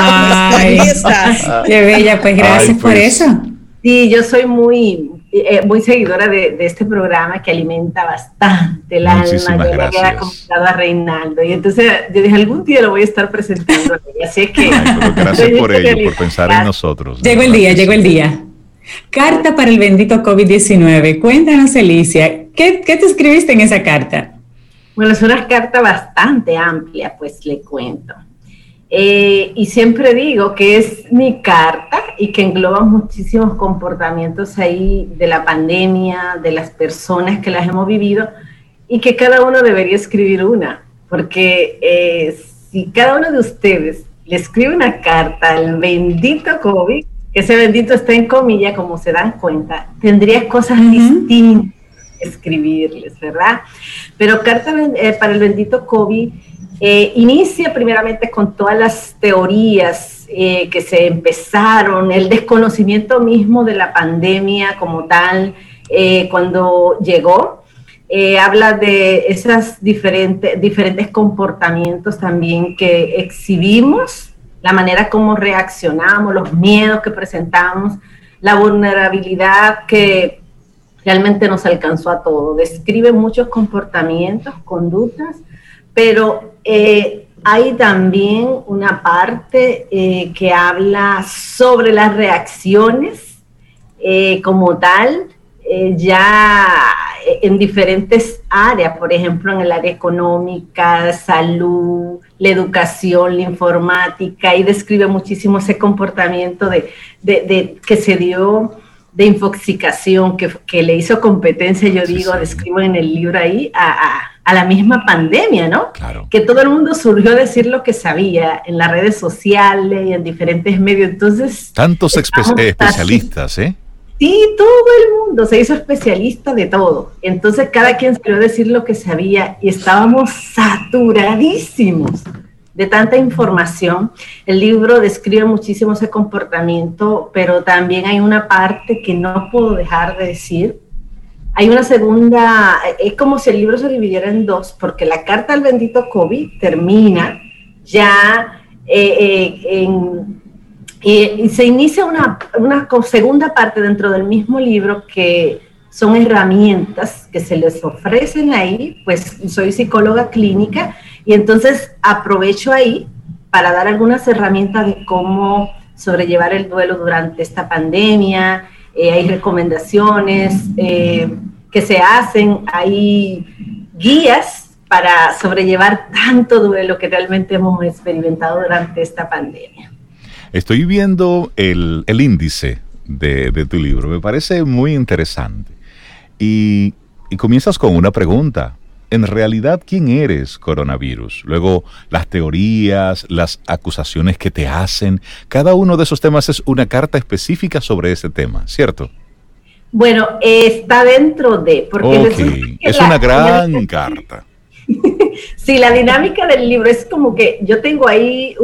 qué bella, pues gracias por eso. Sí, yo soy muy seguidora de este programa que alimenta bastante el alma. Yo le había comentado a Reinaldo y entonces yo dije, algún día lo voy a estar presentando. Así es que gracias por ello, por pensar en nosotros. Llegó el día. Carta para el bendito COVID-19. Cuéntanos, Alicia, ¿qué te escribiste en esa carta? Bueno, es una carta bastante amplia, pues le cuento. Y siempre digo que es mi carta y que engloba muchísimos comportamientos ahí de la pandemia, de las personas que las hemos vivido, y que cada uno debería escribir una, porque si cada uno de ustedes le escribe una carta al bendito COVID, que ese bendito está en comillas, como se dan cuenta, tendría cosas distintas que escribirles, ¿verdad? Pero carta para el bendito COVID inicia primeramente con todas las teorías que se empezaron, el desconocimiento mismo de la pandemia como tal, cuando llegó, habla de esos diferentes comportamientos también que exhibimos, la manera como reaccionamos, los miedos que presentamos, la vulnerabilidad que realmente nos alcanzó a todos. Describe muchos comportamientos, conductas, pero hay también una parte que habla sobre las reacciones como tal, ya en diferentes áreas, por ejemplo, en el área económica, salud, la educación, la informática, y describe muchísimo ese comportamiento que se dio de infoxicación, que le hizo competencia, yo digo, describo en el libro ahí, a la misma pandemia, ¿no? Claro. Que todo el mundo surgió a decir lo que sabía en las redes sociales y en diferentes medios, entonces... Tantos especialistas, ¿eh? Sí, todo el mundo se hizo especialista de todo. Entonces cada quien salió a decir lo que sabía y estábamos saturadísimos de tanta información. El libro describe muchísimo ese comportamiento, pero también hay una parte que no puedo dejar de decir. Hay una segunda, es como si el libro se dividiera en dos, porque la carta al bendito COVID termina ya y se inicia una segunda parte dentro del mismo libro que son herramientas que se les ofrecen ahí, pues soy psicóloga clínica y entonces aprovecho ahí para dar algunas herramientas de cómo sobrellevar el duelo durante esta pandemia. Hay recomendaciones que se hacen, hay guías para sobrellevar tanto duelo que realmente hemos experimentado durante esta pandemia. Estoy viendo el índice de tu libro, me parece muy interesante. Y comienzas con una pregunta. En realidad, ¿quién eres, coronavirus? Luego, las teorías, las acusaciones que te hacen. Cada uno de esos temas es una carta específica sobre ese tema, ¿cierto? Bueno, está dentro de... Porque es una gran carta. Sí, la dinámica del libro es como que yo tengo ahí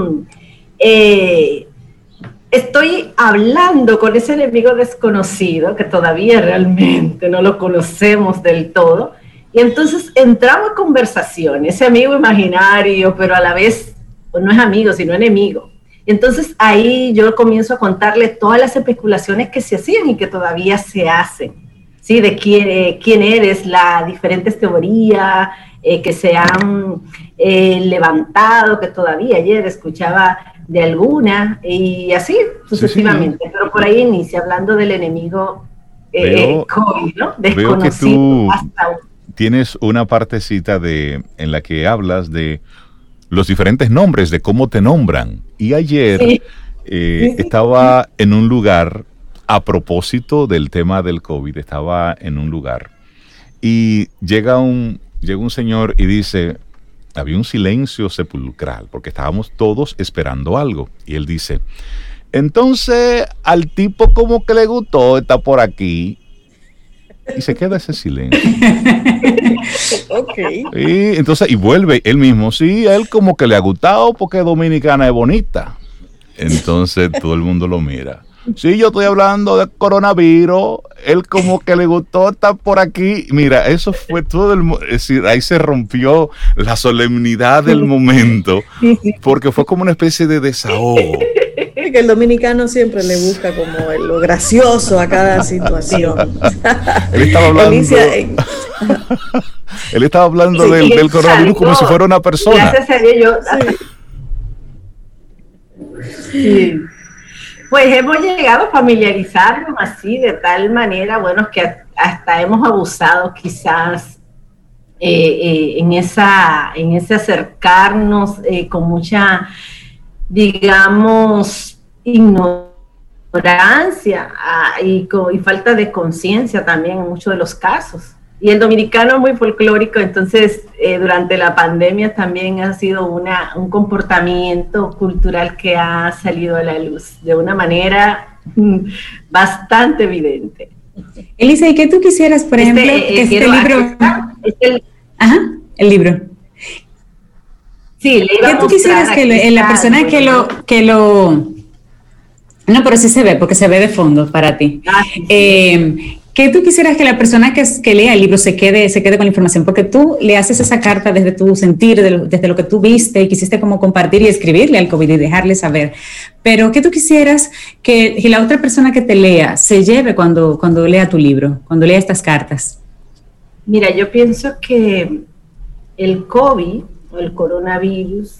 estoy hablando con ese enemigo desconocido que todavía realmente no lo conocemos del todo, y entonces entramos a conversación, ese amigo imaginario, pero a la vez no es amigo, sino enemigo. Entonces ahí yo comienzo a contarle todas las especulaciones que se hacían y que todavía se hacen, ¿sí? De quién eres, las diferentes teorías que se han levantado, que todavía ayer escuchaba de alguna, y así sucesivamente, sí. Pero por ahí inicia hablando del enemigo COVID, ¿no? Desconocido. Veo que tú tienes una partecita en la que hablas de los diferentes nombres, de cómo te nombran. Y ayer estaba en un lugar, a propósito del tema del COVID, estaba en un lugar, y llega un señor y dice... Había un silencio sepulcral, porque estábamos todos esperando algo. Y él dice, entonces al tipo como que le gustó, está por aquí. Y se queda ese silencio. Ok. Y vuelve él mismo, sí, a él como que le ha gustado porque Dominicana es bonita. Entonces todo el mundo lo mira. Sí, yo estoy hablando de coronavirus. Él como que le gustó estar por aquí. Mira, eso fue todo es decir, ahí se rompió la solemnidad del momento, porque fue como una especie de desahogo. Que el dominicano siempre le busca como lo gracioso a cada situación. Él estaba hablando, él estaba hablando del coronavirus como si fuera una persona. Gracias a Dios, sí. Pues hemos llegado a familiarizarnos así, de tal manera, bueno, que hasta hemos abusado quizás en ese acercarnos con mucha, digamos, ignorancia y falta de conciencia también en muchos de los casos. Y el dominicano es muy folclórico, entonces durante la pandemia también ha sido un comportamiento cultural que ha salido a la luz de una manera bastante evidente. Elisa, ¿y qué tú quisieras, por ejemplo, que este libro... el libro. Sí, ¿qué tú quisieras que la persona que lo... No, pero sí se ve, porque se ve de fondo para ti. Sí. ¿Qué tú quisieras que la persona que lea el libro se quede con la información? Porque tú le haces esa carta desde tu sentir, desde lo que tú viste y quisiste como compartir y escribirle al COVID y dejarle saber. Pero ¿qué tú quisieras que la otra persona que te lea se lleve cuando lea tu libro, cuando lea estas cartas? Mira, yo pienso que el COVID o el coronavirus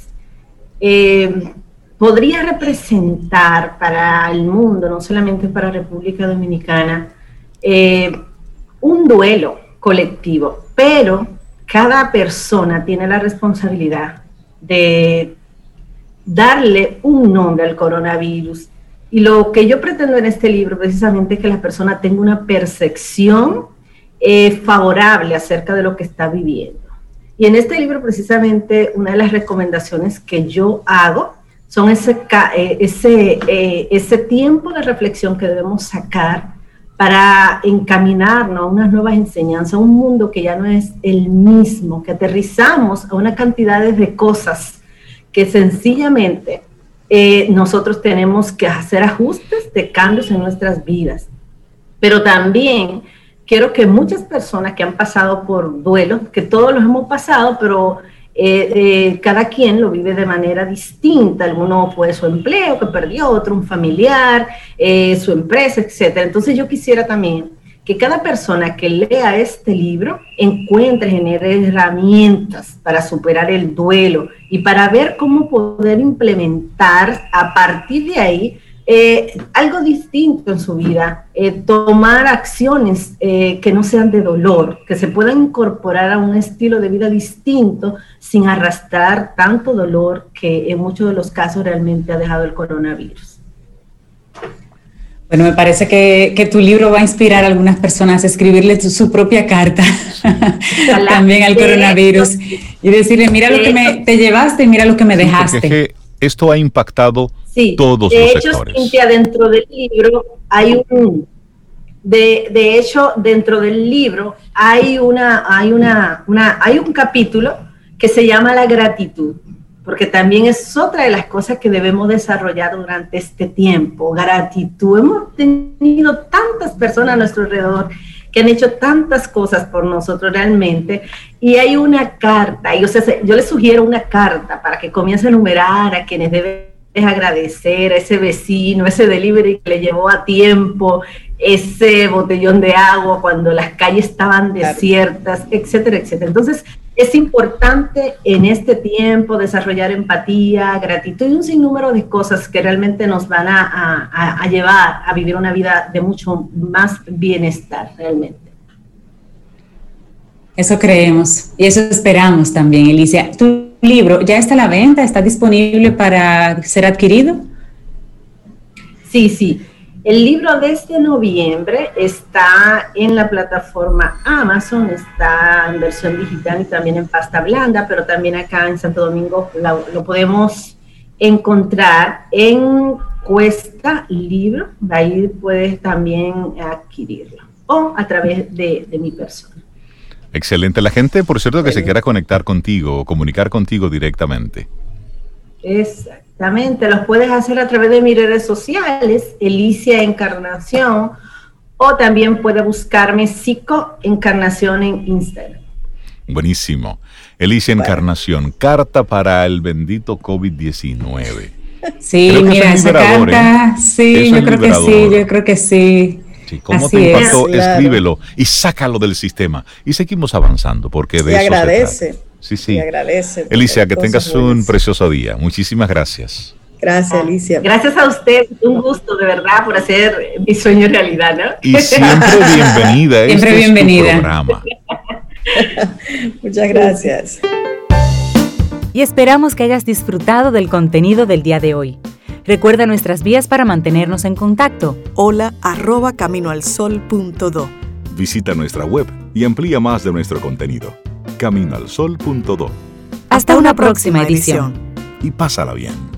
podría representar para el mundo, no solamente para República Dominicana, un duelo colectivo, pero cada persona tiene la responsabilidad de darle un nombre al coronavirus. Y lo que yo pretendo en este libro precisamente es que la persona tenga una percepción favorable acerca de lo que está viviendo. Y en este libro precisamente una de las recomendaciones que yo hago son ese tiempo de reflexión que debemos sacar para encaminarnos a unas nuevas enseñanzas, a un mundo que ya no es el mismo, que aterrizamos a una cantidad de cosas que sencillamente nosotros tenemos que hacer ajustes de cambios en nuestras vidas. Pero también quiero que muchas personas que han pasado por duelos, que todos los hemos pasado, pero cada quien lo vive de manera distinta. Alguno fue su empleo que perdió, otro un familiar, su empresa, etcétera. Entonces yo quisiera también que cada persona que lea este libro genere herramientas para superar el duelo y para ver cómo poder implementar a partir de ahí algo distinto en su vida, tomar acciones que no sean de dolor, que se puedan incorporar a un estilo de vida distinto sin arrastrar tanto dolor que en muchos de los casos realmente ha dejado el coronavirus. Bueno, me parece que tu libro va a inspirar a algunas personas a escribirle su propia carta también al coronavirus y decirle, mira lo que te llevaste y mira lo que me dejaste. Porque es que esto ha impactado todos los sectores. Cintia, dentro del libro hay dentro del libro hay un capítulo que se llama la gratitud, porque también es otra de las cosas que debemos desarrollar durante este tiempo. Gratitud. Hemos tenido tantas personas a nuestro alrededor que han hecho tantas cosas por nosotros realmente, y hay una carta, yo les sugiero una carta para que comience a enumerar a quienes deben agradecer, a ese vecino, ese delivery que le llevó a tiempo, ese botellón de agua cuando las calles estaban desiertas, etcétera, etcétera. Entonces, es importante en este tiempo desarrollar empatía, gratitud y un sinnúmero de cosas que realmente nos van a llevar a vivir una vida de mucho más bienestar realmente. Eso creemos y eso esperamos también, Alicia. ¿Tu libro ya está a la venta? ¿Está disponible para ser adquirido? Sí. El libro desde noviembre está en la plataforma Amazon, está en versión digital y también en pasta blanda, pero también acá en Santo Domingo lo podemos encontrar en Cuesta Libro, de ahí puedes también adquirirlo, o a través de mi persona. Excelente. La gente, por cierto, que se quiera conectar contigo o comunicar contigo directamente. Exacto. Exactamente, los puedes hacer a través de mis redes sociales, Elicia Encarnación, o también puedes buscarme Psico Encarnación en Instagram. Buenísimo. Elicia Encarnación, carta para el bendito COVID-19. Sí, mira, esa carta, sí, yo creo que sí. Sí, ¿cómo así te impactó? Claro. Escríbelo y sácalo del sistema. Y seguimos avanzando, porque de eso agradece. se trata. Sí. Se agradece. Elicia, que tengas un precioso día. Muchísimas gracias. Gracias, Alicia. Gracias a usted, un gusto de verdad por hacer mi sueño realidad, ¿no? Y siempre bienvenida. Siempre bienvenida. Es tu programa. Muchas gracias. Y esperamos que hayas disfrutado del contenido del día de hoy. Recuerda nuestras vías para mantenernos en contacto. hola@caminoalsol.do. Visita nuestra web y amplía más de nuestro contenido. caminoalsol.do. Hasta una próxima edición. Y pásala bien.